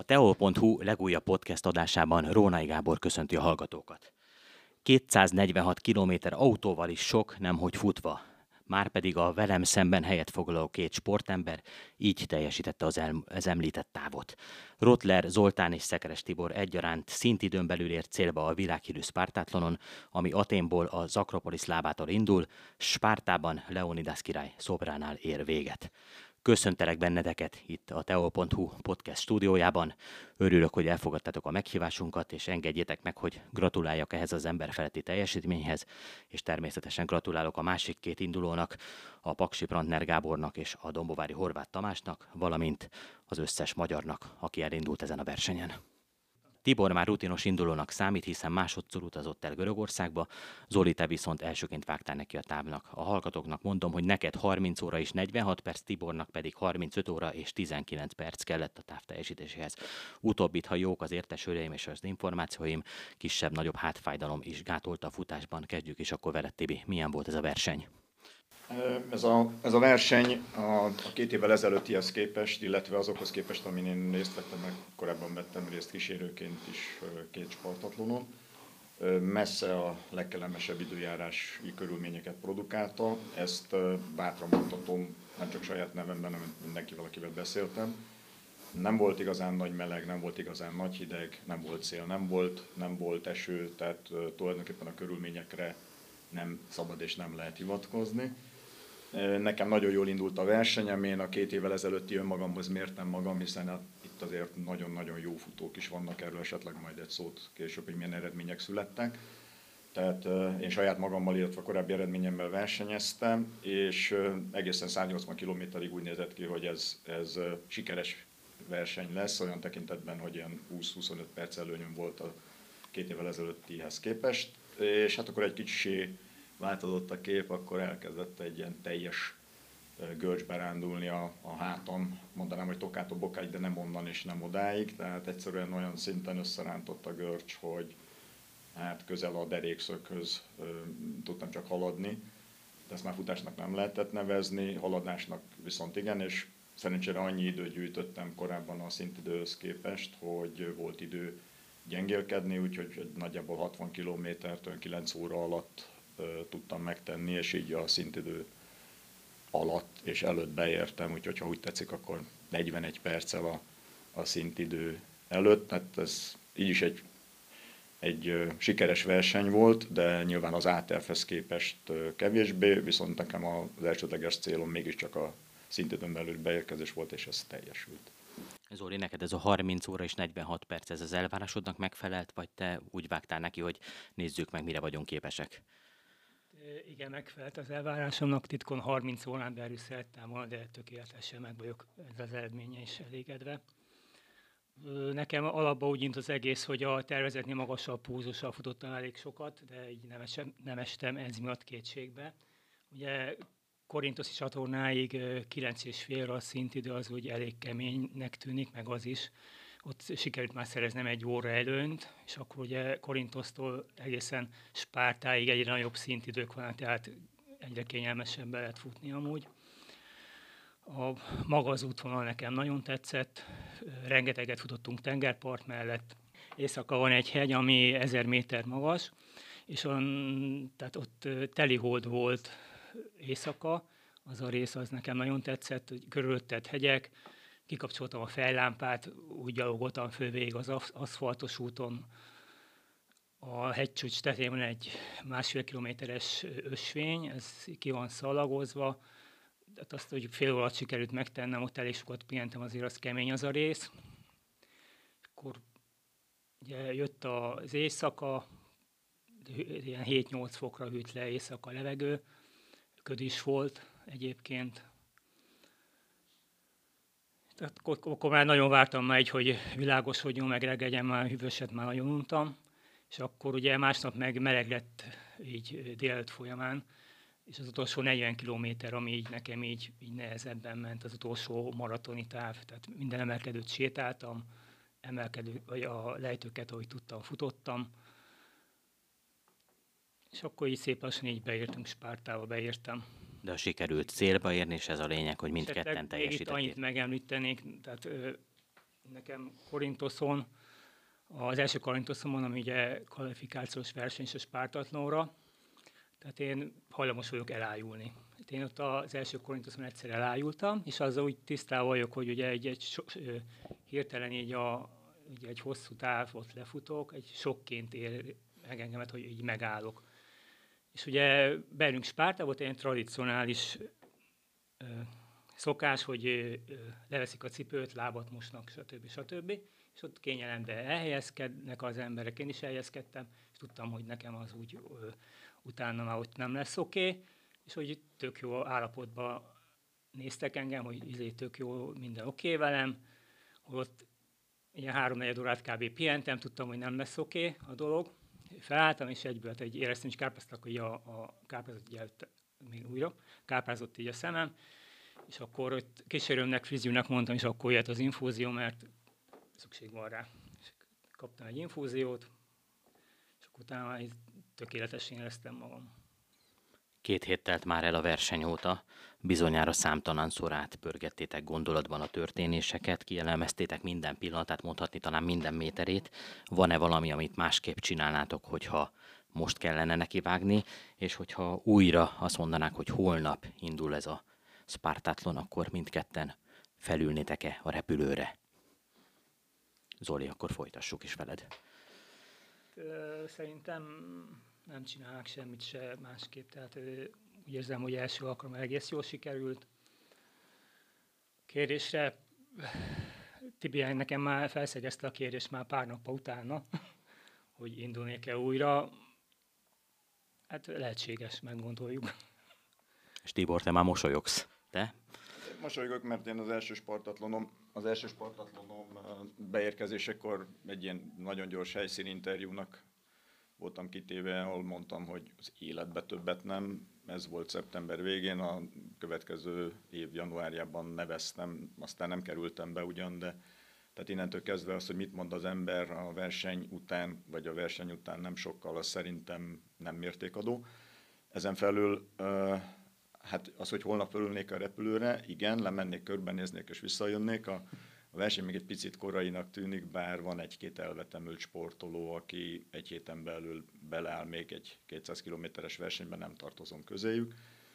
Teol.hu legújabb podcast adásában Rónai Gábor köszönti a hallgatókat. 246 kilométer autóval is sok, nemhogy futva. Márpedig a velem szemben helyet foglaló két sportember így teljesítette az említett távot. Rotler Zoltán és Szekeres Tibor egyaránt szintidőn belül ért célba a világhírű Spártátlonon, ami Athénból az Akropolis lábától indul, Spártában Leonidas király szobránál ér véget. Köszöntelek benneteket itt a Teol.hu podcast stúdiójában. Örülök, hogy elfogadtátok a meghívásunkat, és engedjétek meg, hogy gratuláljak ehhez az emberfeletti teljesítményhez, és természetesen gratulálok a másik két indulónak, a Paksi Brandner Gábornak és a Dombovári Horváth Tamásnak, valamint az összes magyarnak, aki elindult ezen a versenyen. Tibor már rutinos indulónak számít, hiszen másodszor utazott el Görögországba, Zoli, te viszont elsőként vágtál neki a távnak. A hallgatóknak mondom, hogy neked 30 óra és 46 perc, Tibornak pedig 35 óra és 19 perc kellett a táv teljesítéséhez. Utóbbit, ha jók az értesüleim és az információim, kisebb-nagyobb hátfájdalom is gátolta a futásban. Kezdjük is akkor veled, Tibi. Milyen volt ez a verseny? Ez a verseny a 2 évvel ezelőttihez képest, illetve azokhoz képest, amin én részt vettem, meg korábban vettem részt kísérőként is 2 Spartatlonon, messze a legkellemesebb időjárási körülményeket produkálta. Ezt bátran mondhatom, nem csak saját nevemben, hanem mindenkivel, akivel beszéltem. Nem volt igazán nagy meleg, nem volt igazán nagy hideg, nem volt szél, nem volt eső, tehát tulajdonképpen a körülményekre nem szabad és nem lehet hivatkozni. Nekem nagyon jól indult a versenyem, én a 2 évvel ezelőtti önmagamhoz mértem magam, hiszen itt azért nagyon-nagyon jó futók is vannak, erről esetleg majd egy szót később, hogy milyen eredmények születtek. Tehát én saját magammal, illetve korábbi eredményemmel versenyeztem, és egészen 180 kilométerig úgy nézett ki, hogy ez sikeres verseny lesz, olyan tekintetben, hogy ilyen 20-25 perc előnyöm volt a 2 évvel ezelőttihez képest, és hát akkor egy kicsi változott a kép, akkor elkezdett egy ilyen teljes görcsbe rándulni a hátam. Mondanám, hogy tokától bokáig, de nem onnan és nem odáig. Tehát egyszerűen olyan szinten összerántott a görcs, hogy hát közel a derékszöghöz tudtam csak haladni. De ezt már futásnak nem lehetett nevezni, haladásnak viszont igen, és szerencsére annyi időt gyűjtöttem korábban a szintidőhöz képest, hogy volt idő gyengélkedni, úgyhogy nagyjából 60 kilométert 9 óra alatt tudtam megtenni, és így a szintidő alatt és előtt beértem, úgyhogy ha úgy tetszik, akkor 41 perccel a szintidő előtt. Hát ez így is egy sikeres verseny volt, de nyilván az ATF-hez képest kevésbé, viszont nekem az elsődleges célom mégiscsak a szintidőn belül beérkezés volt, és ez teljesült. Zoli, neked ez a 30 óra és 46 perc, ez az elvárásodnak megfelelt, vagy te úgy vágtál neki, hogy nézzük meg, mire vagyunk képesek? Igen, megfelelt az elvárásomnak, titkon 30 órán belül szerettem volna, de tökéletesen meg vagyok ez az eredménye is elégedve. Nekem alapban úgy indult az egész, hogy a tervezetnél magasabb pulzussal futottam elég sokat, de így nem estem ez miatt kétségbe. Ugye Korintoszi csatornáig 9,5 a szintidő az úgy elég keménynek tűnik, meg az is. Ott sikerült már szereznem 1 óra előnyt, és akkor ugye Korintosztól egészen Spártáig egyre nagyobb szintidők van, tehát egyre kényelmesebben lehet futni amúgy. Maga az útvonal nekem nagyon tetszett, rengeteget futottunk tengerpart mellett. Éjszaka van egy hegy, ami 1000 méter magas, és tehát ott telihold volt éjszaka, az a rész az nekem nagyon tetszett, hogy körülötted hegyek, kikapcsoltam a fejlámpát, úgy gyalogoltam föl végig az aszfaltos úton. A hegycsúcs tetején van egy 1,5 kilométeres ösvény, ez ki van szalagozva, tehát azt, hogy fél óra sikerült megtennem, ott elég sokat pihentem, azért az kemény az a rész. Akkor ugye jött az éjszaka, ilyen 7-8 fokra hűlt le éjszaka a levegő, köd is volt egyébként. Tehát akkor már nagyon vártam már hogy világosodjon, meg reggeljen, már hűvöset már nagyon untam, és akkor ugye másnap meg meleg lett így délelőtt folyamán, és az utolsó 40 kilométer, ami így nekem így nehezebben ment, az utolsó maratoni táv, tehát minden emelkedőt sétáltam, vagy a lejtőket, ahogy tudtam, futottam, és akkor így szép lassan így beértünk, Spártába beértem. De sikerült célba érni, és ez a lényeg, hogy mindketten teljesítették. Itt annyit megemlítenék, tehát Nekem Korinthoszon, az első Korintoszomon, ami ugye kvalifikációs verseny és a Spártatlonra, tehát én hajlamos vagyok elájulni. Én ott az első Korintoszon egyszer elájultam, és azzal úgy tisztában vagyok, hogy ugye hirtelen így ugye egy hosszú távot lefutok, egy sokként ér meg engemet, hogy így megállok. És ugye bennünk Spárta volt egy tradicionális szokás, hogy leveszik a cipőt, lábat mosnak, stb. És ott kényelemben elhelyezkednek az emberek, én is elhelyezkedtem, és tudtam, hogy nekem az úgy utána már ott nem lesz oké, és hogy tök jó állapotban néztek engem, hogy tök jó, minden oké velem, hogy ott ilyen 3-4 órát kb. Pihentem, tudtam, hogy nem lesz oké a dolog. Felálltam, és egyből éreztem, és kárpáztak, hogy a kárpázott így még újra, kárpázott így a szemem, és akkor ott kísérőmnek, fiziónak mondtam, és akkor jött az infúzió, mert szükség van rá. És kaptam egy infúziót, és akkor utána tökéletesen éreztem magam. 2 hét telt már el a verseny óta, bizonyára számtalanszor átpörgettétek gondolatban a történéseket, kielemeztétek minden pillanatát, mondhatni talán minden méterét. Van-e valami, amit másképp csinálnátok, hogyha most kellene nekivágni, és hogyha újra azt mondanák, hogy holnap indul ez a Spártatlon, akkor mindketten felülnétek-e a repülőre? Zoli, akkor folytassuk is veled. Szerintem nem csinálnak semmit se másképp, tehát úgy érzem, hogy első alkalommal egész jól sikerült. Kérdésre Tibi nekem már felszegezte a kérdést már pár nap utána, hogy indulnék-e újra. Hát lehetséges, meggondoljuk. És Tibor, te már mosolyogsz, te? Mosolygok, mert én az első Spartatlonom beérkezésekor egy ilyen nagyon gyors helyszíninterjúnak voltam kitéve, ahol mondtam, hogy az életbe többet nem. Ez volt szeptember végén, a következő év januárjában neveztem, aztán nem kerültem be ugyan, de tehát innentől kezdve az, hogy mit mond az ember a verseny után, vagy a verseny után nem sokkal, az szerintem nem mértékadó. Ezen felül hát az, hogy holnap fölülnék a repülőre, igen, lemennék, körbenéznék és visszajönnék. A verseny még egy picit korainak tűnik, bár van 1-2 elvetemült sportoló, aki egy héten belül beleáll még egy 200 kilométeres versenyben, nem tartozom közéjük.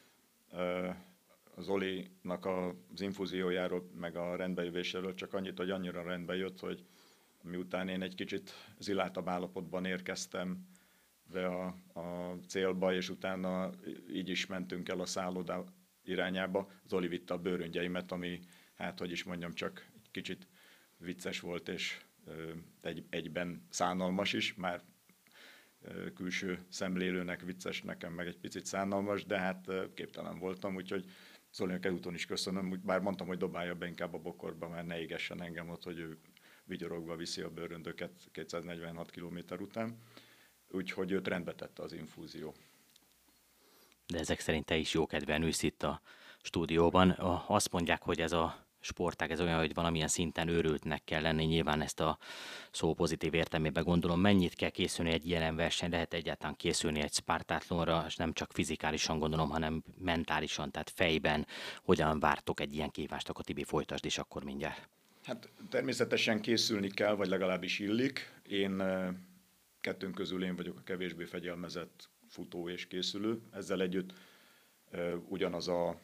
Az Olinak az infúziójáról, meg a rendbejövéséről csak annyit, hogy annyira rendbe jött, hogy miután én egy kicsit ziláltabb állapotban érkeztem be a célba, és utána így is mentünk el a szálloda irányába, Zoli vitte a bőröngyeimet, ami, hát hogy is mondjam, csak egy kicsit vicces volt, és egyben szánalmas is, már külső szemlélőnek vicces, nekem meg egy picit szánalmas, de hát képtelen voltam, úgyhogy Zolinak ezúton is köszönöm, bár mondtam, hogy dobálja be inkább a bokorba, mert ne égessen engem ott, hogy ő vigyorogva viszi a bőröndöket 246 km után. Úgyhogy őt rendbe tette az infúzió. De ezek szerint te is jókedven ülsz itt a stúdióban. Azt mondják, hogy ez a sportág, ez olyan, hogy valamilyen szinten őrültnek kell lenni, nyilván ezt a szó pozitív értelmében gondolom. Mennyit kell készülni egy ilyen versenyre, lehet egyáltalán készülni egy Spártatlonra, és nem csak fizikálisan gondolom, hanem mentálisan, tehát fejben. Hogyan vártok egy ilyen kívást, akkor Tibi folytasd is akkor mindjárt. Hát természetesen készülni kell, vagy legalábbis illik. Kettőnk közül én vagyok a kevésbé fegyelmezett futó és készülő. Ezzel együtt ugyanaz a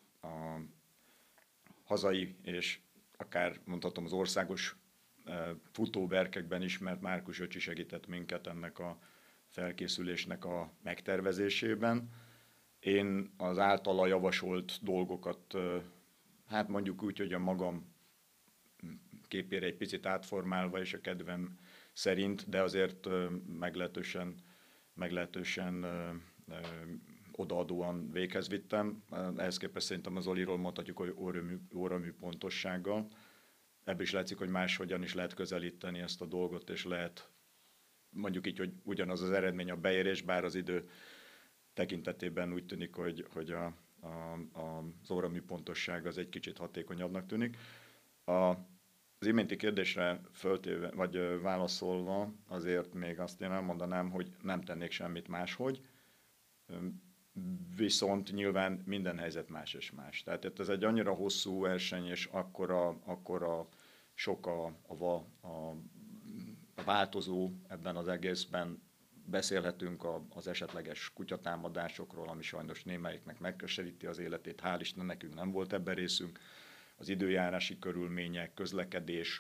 hazai és akár mondhatom az országos futóberkekben ismert Márkus öcsi segített minket ennek a felkészülésnek a megtervezésében. Én az általa javasolt dolgokat, hát mondjuk úgy, hogy a magam képére egy picit átformálva és a kedvem szerint, de azért meglehetősen odaadóan véghez vittem. Ehhez képest szerintem az Oliról mondhatjuk, hogy óramű pontossággal. Ebből is látszik, hogy máshogyan is lehet közelíteni ezt a dolgot, és lehet mondjuk így, hogy ugyanaz az eredmény a beérés, bár az idő tekintetében úgy tűnik, hogy az óramű pontosság az egy kicsit hatékonyabbnak tűnik. Az iménti kérdésre föltéve, vagy válaszolva azért még azt én elmondanám, hogy nem tennék semmit máshogy, viszont nyilván minden helyzet más és más. Tehát ez egy annyira hosszú verseny, és akkora sok a változó ebben az egészben. Beszélhetünk az esetleges kutyatámadásokról, ami sajnos némelyiknek megkeseríti az életét. Hál' Isten, nekünk nem volt ebben részünk. Az időjárási körülmények, közlekedés.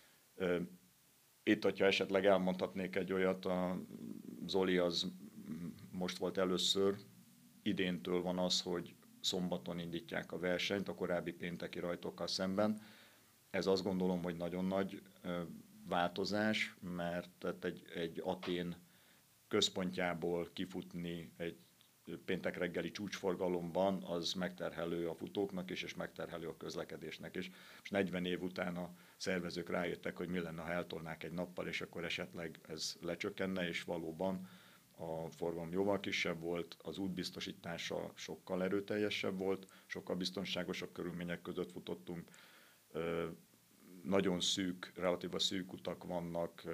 Itt, hogyha esetleg elmondhatnék egy olyat, a Zoli az most volt először, idéntől van az, hogy szombaton indítják a versenyt a korábbi pénteki rajtokkal szemben. Ez azt gondolom, hogy nagyon nagy változás, mert egy Atén központjából kifutni egy péntek reggeli csúcsforgalomban, az megterhelő a futóknak is, és megterhelő a közlekedésnek is. És 40 év után a szervezők rájöttek, hogy mi lenne, ha eltolnák egy nappal, és akkor esetleg ez lecsökkenne, és valóban a forgalom jóval kisebb volt, az útbiztosítása sokkal erőteljesebb volt, sokkal biztonságosabb körülmények között futottunk. Nagyon szűk, relatíva szűk utak vannak,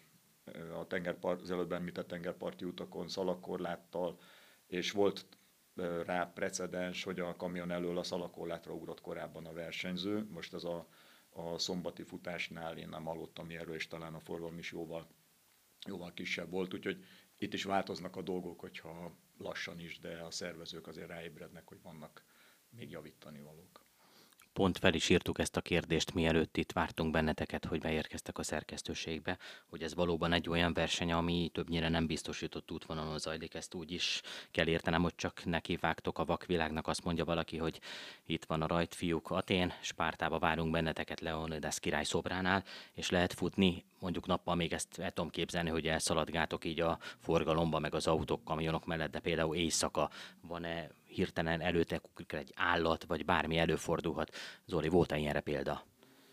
az előbb említett tengerparti utakon szalagkorláttal, és volt rá precedens, hogy a kamion elől a szalagkorlátra ugrott korábban a versenyző. Most ez a szombati futásnál én nem hallottam ilyenről, és talán a forgalom is jóval kisebb volt, úgyhogy itt is változnak a dolgok, hogyha lassan is, de a szervezők azért ráébrednek, hogy vannak még javítani valók. Pont fel is írtuk ezt a kérdést, mielőtt itt vártunk benneteket, hogy beérkeztek a szerkesztőségbe, hogy ez valóban egy olyan verseny, ami többnyire nem biztosított útvonalon zajlik. Ezt úgy is kell értenem, hogy csak nekivágtok a vakvilágnak, azt mondja valaki, hogy itt van a rajtfiúk Atén, Spártába várunk benneteket Leonidas király szobránál, és lehet futni, mondjuk nappal még ezt el tudom képzelni, hogy elszaladgátok így a forgalomba, meg az autók, kamionok mellett, de például éjszaka van-e hirtelen előtte egy állat, vagy bármi előfordulhat. Zoli, volt-e ilyenre példa?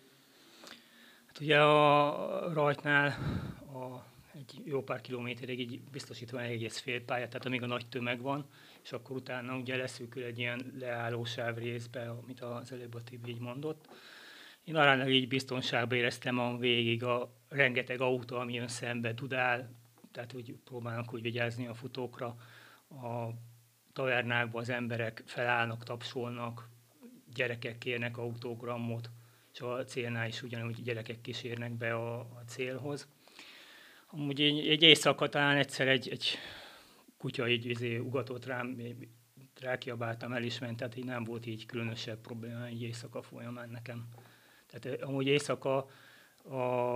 Hát ugye a rajtnál egy jó pár kilométerig így biztosítva egy egész félpálya, tehát amíg a nagy tömeg van, és akkor utána ugye leszűkül egy ilyen leállósáv részbe, amit az előbb a Tibi így mondott. Én aránylag így biztonságban éreztem a végig a rengeteg autó, ami jön szembe, dudál, tehát úgy próbálnak úgy vigyázni a futókra. A tavernákban az emberek felállnak, tapsolnak, gyerekek kérnek autogramot, és a célnál is ugyanúgy gyerekek kísérnek be a célhoz. Amúgy egy éjszaka talán egyszer egy kutya így ugatott rám, rákiabáltam, el is ment, tehát így nem volt így különösebb probléma egy éjszaka folyamán nekem. Tehát amúgy éjszaka a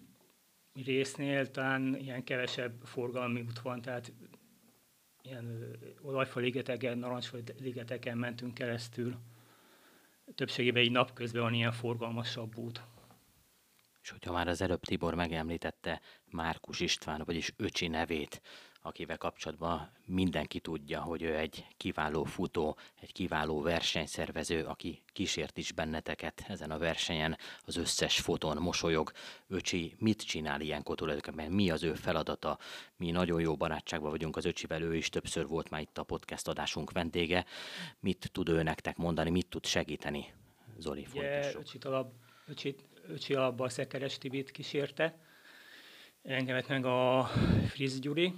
résznél talán ilyen kevesebb forgalmi út van, tehát ilyen olajfa ligeteken, narancsfa ligeteken mentünk keresztül. Többségében így napközben van ilyen forgalmasabb út. És hogyha már az előbb Tibor megemlítette Márkus István, vagyis öcsi nevét, akivel kapcsolatban mindenki tudja, hogy ő egy kiváló futó, egy kiváló versenyszervező, aki kísért is benneteket ezen a versenyen, az összes fotón mosolyog. Öcsi mit csinál ilyenkor tulajdonképpen? Mi az ő feladata? Mi nagyon jó barátságban vagyunk az öcsivel, ő is többször volt már itt a podcast adásunk vendége. Mit tud ő nektek mondani, mit tud segíteni? Zoli, folytassuk. Öcsi alapban a Szekeres Tibit kísérte, engemet meg a Frisz Gyuri,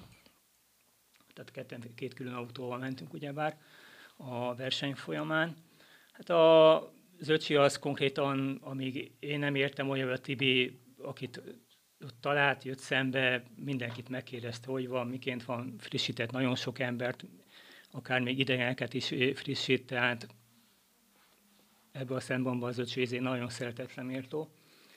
tehát két külön autóval mentünk ugyebár a verseny folyamán. Hát az öcsi az konkrétan, amíg én nem értem olyan, hogy a Tibi, akit ott talált, jött szembe, mindenkit megkérdezte, hogy van, miként van, frissített nagyon sok embert, akár még idegeneket is frissít, tehát ebből a szempontból az öcsi nagyon szeretetlen méltó.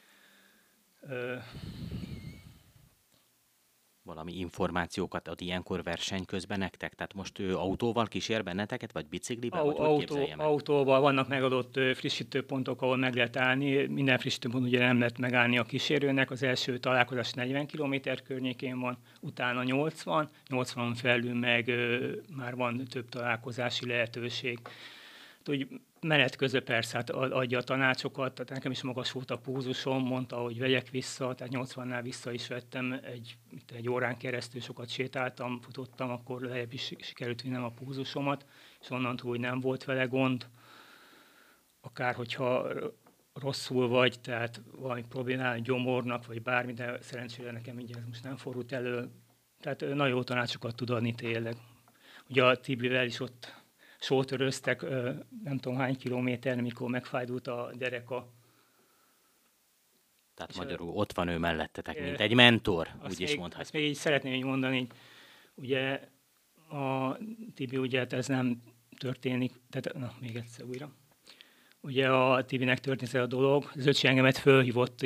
Valami információkat ad ilyenkor verseny közben nektek? Tehát most ő autóval kísér benneteket, vagy biciklivel? Autóval vannak megadott frissítőpontok, ahol meg lehet állni. Minden frissítőpont ugye nem lehet megállni a kísérőnek. Az első találkozás 40 km környékén van, utána 80 felül meg már van több találkozási lehetőség. Úgy menet közben persze adja a tanácsokat, tehát nekem is magas volt a púzusom, mondta, hogy vegyek vissza, tehát 80-nál vissza is vettem, egy órán keresztül sokat sétáltam, futottam, akkor lejjebb is sikerült vinnem a púzusomat, és onnantól úgy nem volt vele gond. Akár hogyha rosszul vagy, tehát valami problémál, gyomornak, vagy bármi, de szerencsére nekem így ez most nem fordult elő. Tehát nagyon jó tanácsokat tud adni tényleg. Ugye a Tibivel is ott sótöröztek, nem tudom hány kilométer, mikor megfájdult a dereka. Tehát És magyarul ott van ő mellettetek, mint egy mentor, úgy is azt mondhatjuk. még így szeretném így mondani, ugye a Tibi, ugye hát ez nem történik, tehát na, még egyszer újra. Ugye a Tibinek történt ez a dolog, az öccsi engemet fölhívott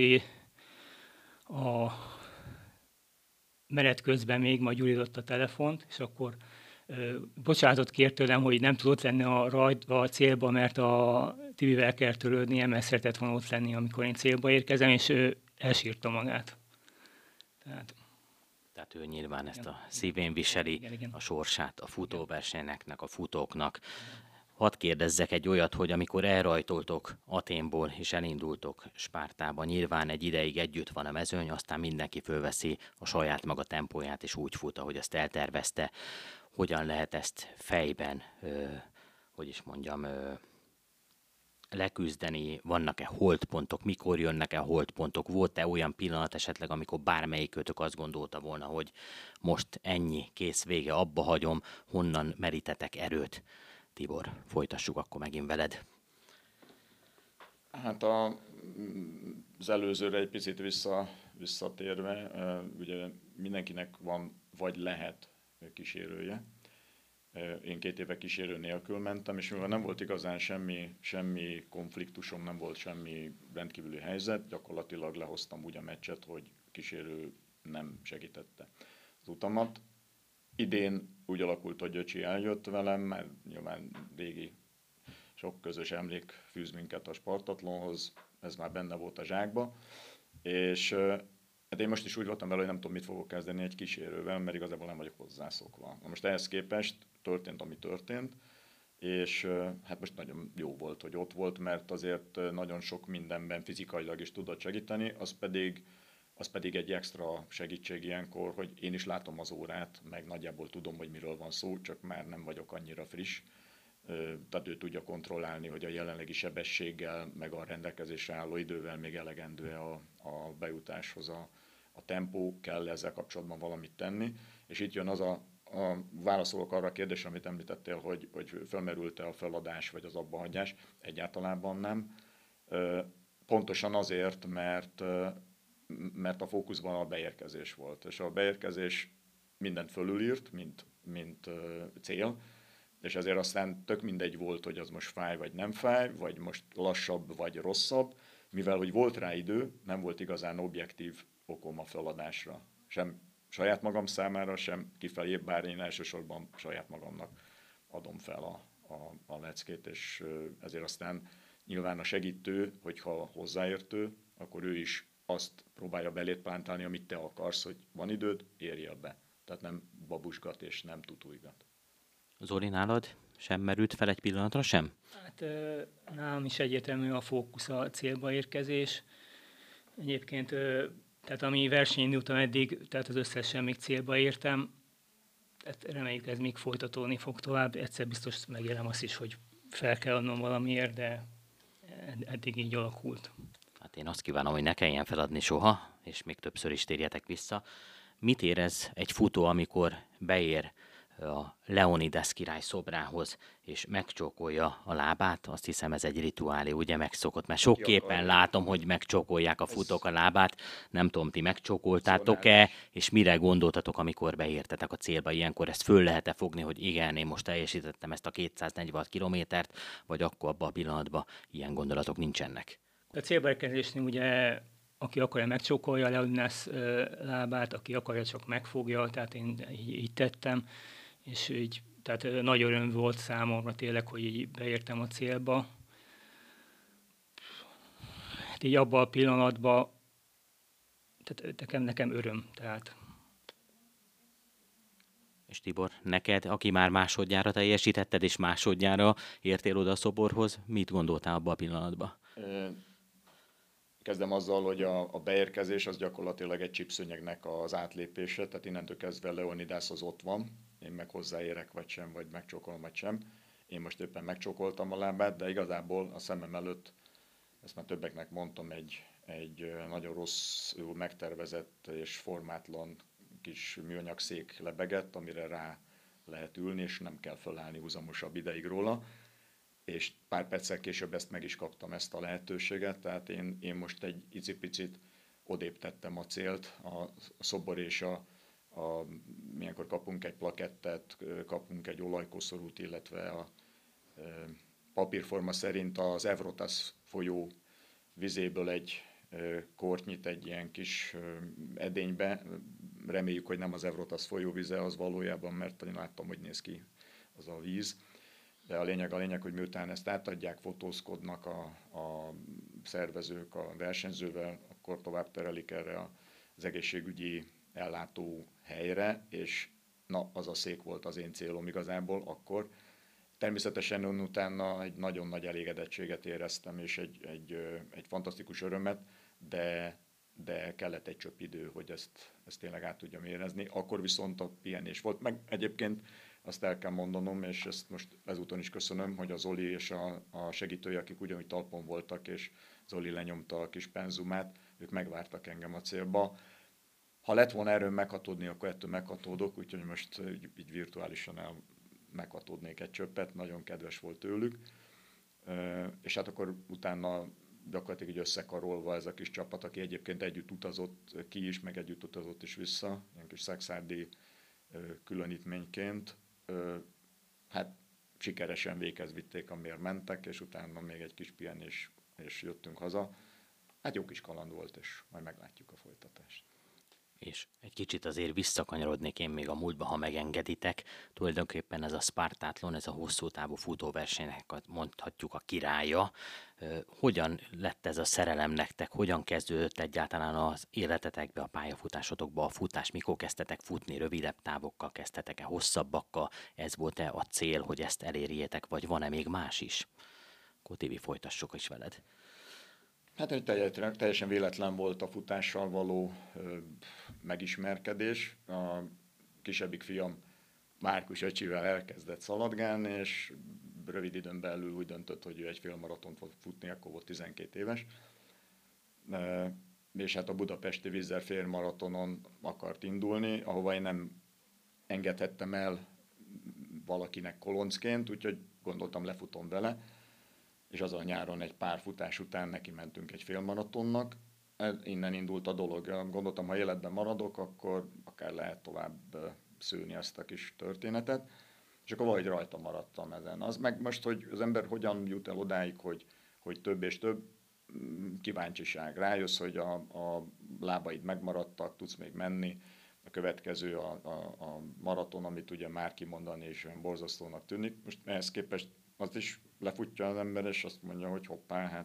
a menet közben még, majd Gyuri adott a telefont, és akkor bocsánatot kért tőlem, hogy nem tudott lenni a célba, mert a Tibivel kell törődnie, mert szeretett volna ott lenni, amikor én célba érkezem, és ő elsírta magát. Tehát ő nyilván ezt a szívén viseli, igen. a sorsát a futóversenyknek, a futóknak. Hadd kérdezzek egy olyat, hogy amikor elrajtoltok Athénból és elindultok Spártába, nyilván egy ideig együtt van a mezőny, aztán mindenki fölveszi a saját maga tempóját, és úgy fut, ahogy azt eltervezte. Hogyan lehet ezt fejben, leküzdeni? Vannak-e holdpontok? Mikor jönnek-e holdpontok? Volt-e olyan pillanat esetleg, amikor bármelyikőtök azt gondolta volna, hogy most ennyi, kész, vége, abba hagyom, honnan merítetek erőt? Tibor, folytassuk akkor megint veled. Hát az előzőre egy picit visszatérve, ugye mindenkinek van, vagy lehet kísérője. Én 2 éve kísérő nélkül mentem, és mivel nem volt igazán semmi konfliktusom, nem volt semmi rendkívüli helyzet, gyakorlatilag lehoztam úgy a meccset, hogy kísérő nem segítette az utamat. Idén úgy alakult, hogy Öcsi eljött velem, mert nyilván régi sok közös emlék fűz minket a Spartatlonhoz, ez már benne volt a zsákba, és hát én most is úgy voltam vele, hogy nem tudom, mit fogok kezdeni egy kísérővel, mert igazából nem vagyok hozzászokva. Na most ehhez képest történt, ami történt, és hát most nagyon jó volt, hogy ott volt, mert azért nagyon sok mindenben fizikailag is tudott segíteni, az pedig egy extra segítség ilyenkor, hogy én is látom az órát, meg nagyjából tudom, hogy miről van szó, csak már nem vagyok annyira friss. Tehát ő tudja kontrollálni, hogy a jelenlegi sebességgel, meg a rendelkezésre álló idővel még elegendő a bejutáshoz a tempó, kell ezzel kapcsolatban valamit tenni. És itt jön az válaszolok arra a kérdésre, amit említettél, hogy felmerült-e a feladás vagy az abbahagyás. Egyáltalában nem. Pontosan azért, mert a fókuszban a beérkezés volt. És a beérkezés mindent fölülírt, mint cél, és ezért aztán tök mindegy volt, hogy az most fáj vagy nem fáj, vagy most lassabb vagy rosszabb, mivel hogy volt rá idő, nem volt igazán objektív okom a feladásra. Sem saját magam számára, sem kifelé, bár én elsősorban saját magamnak adom fel a leckét, és ezért aztán nyilván a segítő, hogyha hozzáértő, akkor ő is azt próbálja beléd plántálni, amit te akarsz, hogy van időd, érjél be. Tehát nem babusgat és nem tutújgat. Zoli, nálad sem merült fel egy pillanatra sem? Hát nálam is egyértelmű a fókusz a célba érkezés. Egyébként, tehát ami versenyen indultam eddig, tehát az összesen még célba értem. Tehát reméljük ez még folytatódni fog tovább. Egyszer biztos megélem azt is, hogy fel kell adnom valamiért, de eddig így alakult. Hát én azt kívánom, hogy ne kelljen feladni soha, és még többször is térjetek vissza. Mit érez egy futó, amikor beér a Leonidas király szobrához, és megcsókolja a lábát? Azt hiszem, ez egy rituálé, ugye megszokott, mert sok képen látom, hogy megcsókolják a futók a lábát. Nem tudom, ti megcsókoltátok-e, és mire gondoltatok, amikor beértetek a célba? Ilyenkor ezt föl lehet-e fogni, hogy igen, én most teljesítettem ezt a 246 kilométert, vagy akkor abban a pillanatban ilyen gondolatok nincsenek? A célbeérkezésnél ugye aki akarja, megcsókolja Leonidas lábát, aki akarja, csak megfogja, tehát én így tettem, és így, tehát nagy öröm volt számomra tényleg, hogy így beértem a célba. Hát így abban a pillanatban, tehát nekem öröm, tehát. És Tibor, neked, aki már másodjára teljesítetted, és másodjára értél oda a szoborhoz, mit gondoltál abban a pillanatban? Kezdem azzal, hogy a beérkezés az gyakorlatilag egy csipszőnyegnek az átlépése, tehát innentől kezdve Leonidas az ott van, én meg hozzáérek vagy sem, vagy megcsókolom vagy sem. Én most éppen megcsókoltam a lábát, de igazából a szemem előtt, ezt már többeknek mondtam, egy nagyon rosszul megtervezett és formátlan kis műanyag szék lebegett, amire rá lehet ülni, és nem kell fölállni húzamosabb ideig róla. És pár perccel később ezt meg is kaptam, ezt a lehetőséget, tehát én most egy icipicit odébb tettem a célt, a szobor és milyenkor kapunk egy plakettet, kapunk egy olajkoszorút, illetve a papírforma szerint az Evrotas folyó vizéből egy kortyit egy ilyen kis edénybe. Reméljük, hogy nem az Evrotas folyóvize az valójában, mert én láttam, hogy néz ki az a víz. De a lényeg, hogy miután ezt átadják, fotózkodnak a szervezők a versenyzővel, akkor tovább terelik erre az egészségügyi ellátó helyre, és na, az a szék volt az én célom igazából akkor. Természetesen utána egy nagyon nagy elégedettséget éreztem, és egy fantasztikus örömet, de kellett egy csöpp idő, hogy ezt tényleg át tudjam érezni. Akkor viszont a pihenés volt. Meg egyébként azt el kell mondanom, és ezt most ezúton is köszönöm, hogy az Zoli és a segítői, akik ugyanúgy talpon voltak, és Zoli lenyomta a kis penzumát, ők megvártak engem a célba. Ha lett volna erőm meghatódni, akkor ettől meghatódok, úgyhogy most így virtuálisan meghatódnék egy csöppet, nagyon kedves volt tőlük. És hát akkor utána gyakorlatilag így összekarolva ez a kis csapat, aki egyébként együtt utazott ki is, meg együtt utazott is vissza, ilyen kis szekszárdi különítményként. Hát sikeresen véghez vitték, amiért mentek, és utána még egy kis pihenés, és jöttünk haza. Hát jó kis kaland volt, és majd meglátjuk a folytatást. És egy kicsit azért visszakanyarodnék én még a múltba, ha megengeditek. Tulajdonképpen ez a Spartathlon, ez a hosszú távú futóversenynek mondhatjuk a királya. Hogyan lett ez a szerelem nektek? Hogyan kezdődött egyáltalán az életetekbe, a pályafutásotokba a futás? Mikor kezdtetek futni? Rövidebb távokkal kezdtetek-e, hosszabbakkal? Ez volt-e a cél, hogy ezt elérjétek, vagy van-e még más is? Akkor Tibi, folytassuk is veled. Hát egy teljesen véletlen volt a futással való megismerkedés. A kisebbik fiam Márkus öcsivel elkezdett szaladgálni, és rövid időn belül úgy döntött, hogy ő egy félmaratont fog futni, akkor volt 12 éves. És hát a budapesti Vízzel félmaratonon akart indulni, ahova én nem engedhettem el valakinek koloncként, úgyhogy gondoltam, lefutom vele. És azon nyáron egy pár futás után neki mentünk egy félmaratonnak. Innen indult a dolog. Gondoltam, ha életben maradok, akkor akár lehet tovább szülni ezt a kis történetet. És akkor valahogy rajta maradtam ezen. Az meg most, hogy az ember hogyan jut el odáig, hogy több és több kíváncsiság. Rájössz, hogy a lábaid megmaradtak, tudsz még menni. A következő a maraton, amit ugye már kimondani, és olyan borzasztónak tűnik. Most ehhez képest azt is lefutja az ember, és azt mondja, hogy hoppá, hát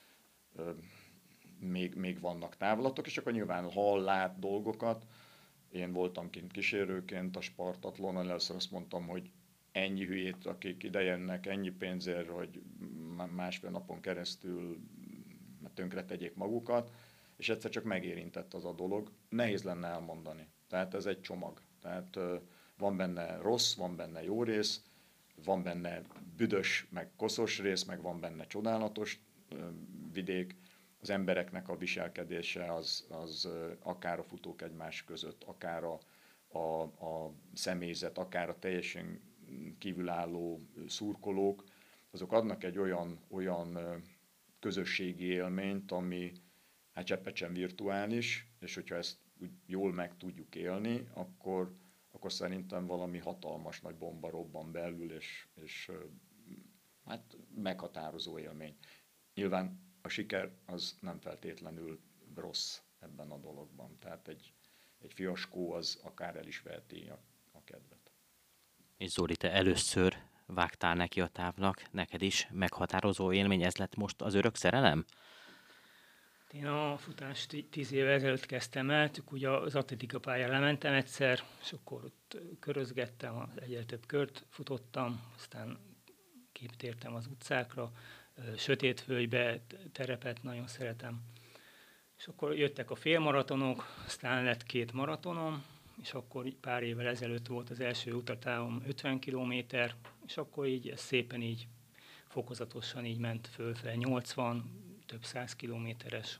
még vannak távlatok, és akkor nyilván lát dolgokat. Én voltam kint kísérőként a Spartatlonon, először azt mondtam, hogy ennyi hülyét, akik ide jönnek, ennyi pénzért, hogy másfél napon keresztül tönkre tegyék magukat, és egyszer csak megérintett az a dolog. Nehéz lenne elmondani. Tehát ez egy csomag. Tehát van benne rossz, van benne jó rész, van benne büdös, meg koszos rész, meg van benne csodálatos vidék. Az embereknek a viselkedése az akár a futók egymás között, akár a személyzet, akár a teljesen kívülálló szurkolók, azok adnak egy olyan közösségi élményt, ami hát cseppet sem virtuális, és hogyha ezt úgy jól meg tudjuk élni, akkor szerintem valami hatalmas nagy bomba robban belül, és hát meghatározó élmény. Nyilván a siker az nem feltétlenül rossz ebben a dologban, tehát egy fiaskó az akár el is veheti a kedvet. És Zoli, te először vágtál neki a távnak, neked is meghatározó élmény, ez lett most az örök szerelem? Én a futást 10 évvel ezelőtt kezdtem el, ugye az atlétika pályára lementem egyszer, és akkor ott körözgettem, egyre több kört futottam, aztán kitértem az utcákra, sötétfölgybe, terepet nagyon szeretem. És akkor jöttek a félmaratonok, aztán lett 2 maratonom, és akkor pár évvel ezelőtt volt az első utatávom 50 kilométer, és akkor így ez szépen így fokozatosan így ment fölfele 80, több 100 kilométeres.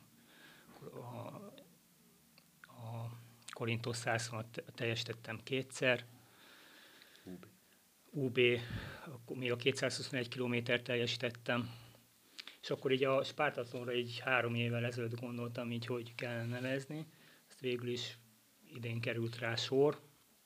A Korinthos 100-at teljesítettem 2-szer. UB, akkor még a 221 kilométert teljesítettem, És akkor így a Spartathlonra így 3 évvel ezelőtt gondoltam így, hogy kellene nevezni. Ezt végül is idén került rá sor.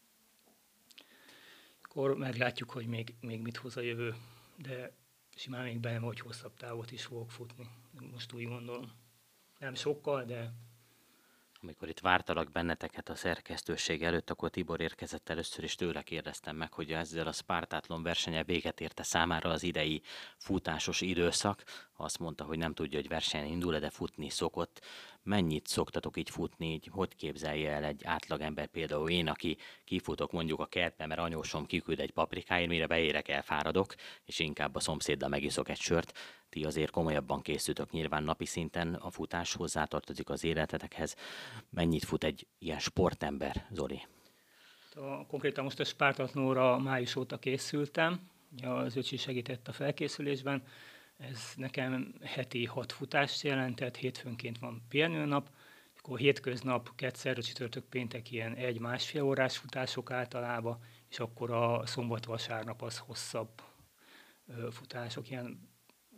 Akkor meglátjuk, hogy még mit hoz a jövő. De simán még benne, hogy hosszabb távot is fogok futni. Most úgy gondolom. Nem sokkal, de... Amikor itt vártalak benneteket a szerkesztőség előtt, akkor Tibor érkezett először, és tőle kérdeztem meg, hogy ezzel a Spartathlon versenye véget érte számára az idei futásos időszak. Azt mondta, hogy nem tudja, hogy versenyen indul, de futni szokott. Mennyit szoktatok így futni, így hogy képzelje el egy átlagember, például én, aki kifutok mondjuk a kertben, mert anyósom kiküld egy paprikáért, mire beérek, elfáradok, és inkább a szomszéddal megiszok egy sört. Ti azért komolyabban készültök nyilván napi szinten, a futás hozzátartozik az életetekhez. Mennyit fut egy ilyen sportember, Zoli? Konkrétan most a Spartathlonra május óta készültem, az öcsi segített a felkészülésben. Ez nekem heti 6 futást jelentett, hétfőnként van pihenőnap, akkor hétköznap, keddszer, csütörtök, péntek ilyen 1-1,5 órás futások általában, és akkor a szombat-vasárnap az hosszabb futások, ilyen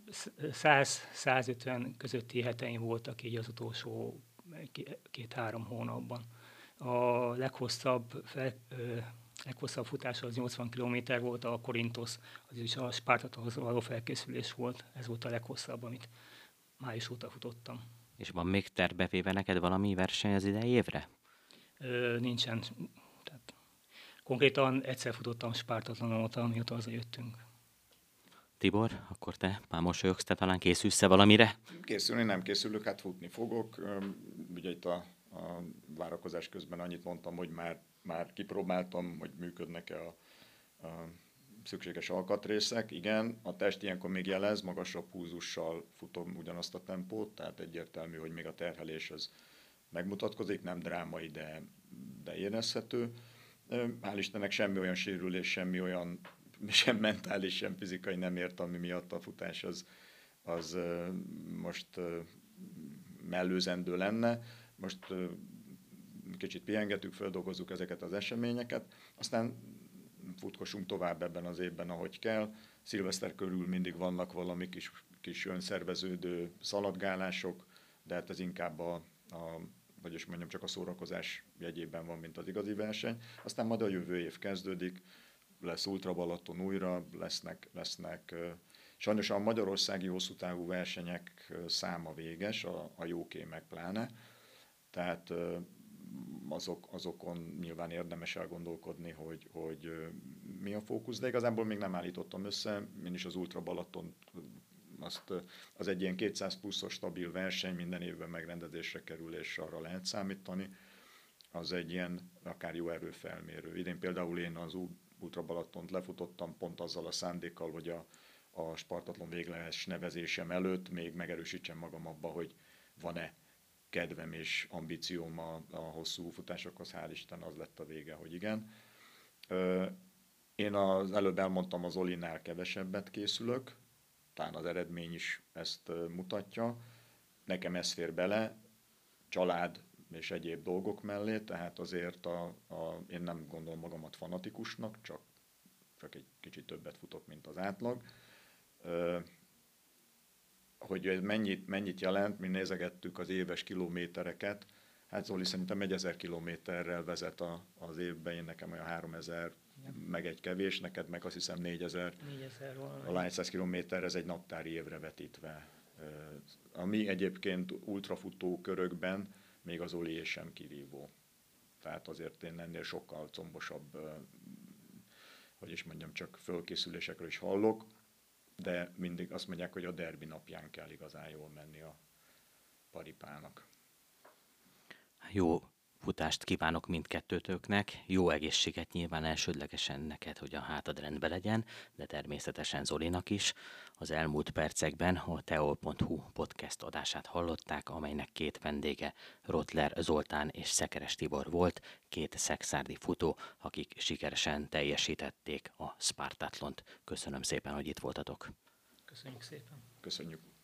100-150 közötti hetein voltak így az utolsó 2-3 hónapban. A leghosszabb futás az 80 km volt, a Korintos, az is a Spartathlonhoz való felkészülés volt. Ez volt a leghosszabb, amit május óta futottam. És van még tervevéve neked valami verseny az idei évre? Nincsen. Tehát konkrétan egyszer futottam Spartathlon óta, mióta hazajöttünk. Tibor, akkor te már mosolyogsz, te talán készülsz-e valamire? Készülni nem készülök, hát futni fogok. Ugye itt a várakozás közben annyit mondtam, hogy már kipróbáltam, hogy működnek-e a szükséges alkatrészek. Igen, a test ilyenkor még jelez, magasabb pulzussal futom ugyanazt a tempót, tehát egyértelmű, hogy még a terhelés az megmutatkozik, nem drámai, de érezhető. Hál' Istennek semmi olyan sérülés, semmi olyan sem mentális, sem fizikai nem ért, ami miatt a futás az most mellőzendő lenne. Most kicsit pihengetünk, feldolgozzuk ezeket az eseményeket, aztán futkosunk tovább ebben az évben, ahogy kell. Szilveszter körül mindig vannak valami kis önszerveződő szaladgálások, de hát ez inkább vagyis mondjam, csak a szórakozás jegyében van, mint az igazi verseny. Aztán majd a jövő év kezdődik, lesz Ultra Balaton újra, lesznek sajnos a magyarországi hosszú távú versenyek száma véges, a jóké meg pláne, tehát azokon nyilván érdemes elgondolkodni, hogy mi a fókusz, de igazából még nem állítottam össze, én is az Ultra Balaton, az egy ilyen 200 pluszos stabil verseny, minden évben megrendezésre kerül, és arra lehet számítani, az egy ilyen akár jó erőfelmérő. Idén például én az Ultra Balatont lefutottam pont azzal a szándékkal, hogy a Spartathlon végleges nevezésem előtt még megerősítsem magam abba, hogy van-e kedvem és ambícióm a hosszú futásokhoz, hál' Isten az lett a vége, hogy igen. Én az előbb elmondtam, az Olinál kevesebbet készülök, talán az eredmény is ezt mutatja. Nekem ez fér bele, család és egyéb dolgok mellé, tehát azért én nem gondolom magamat fanatikusnak, csak egy kicsit többet futok, mint az átlag. Hogy ez mennyit jelent, mi nézegettük az éves kilométereket, hát Zoli szerintem 1000 kilométerrel vezet az évben, én nekem olyan 3000, meg egy kevés, neked meg azt hiszem 4000. A lány 100 kilométer, ez egy naptári évre vetítve. Ami egyébként ultrafutó körökben még az Zolié sem kirívó. Tehát azért én ennél sokkal combosabb, hogy is mondjam, csak fölkészülésekről is hallok, de mindig azt mondják, hogy a derbi napján kell igazán jól menni a paripának. Jó futást kívánok mindkettőtöknek, jó egészséget nyilván elsődlegesen neked, hogy a hátad rendben legyen, de természetesen Zolinak is. Az elmúlt percekben a teol.hu podcast adását hallották, amelynek 2 vendége Rotler Zoltán és Szekeres Tibor volt, 2 szekszárdi futó, akik sikeresen teljesítették a Spartathlont. Köszönöm szépen, hogy itt voltatok. Köszönjük szépen. Köszönjük.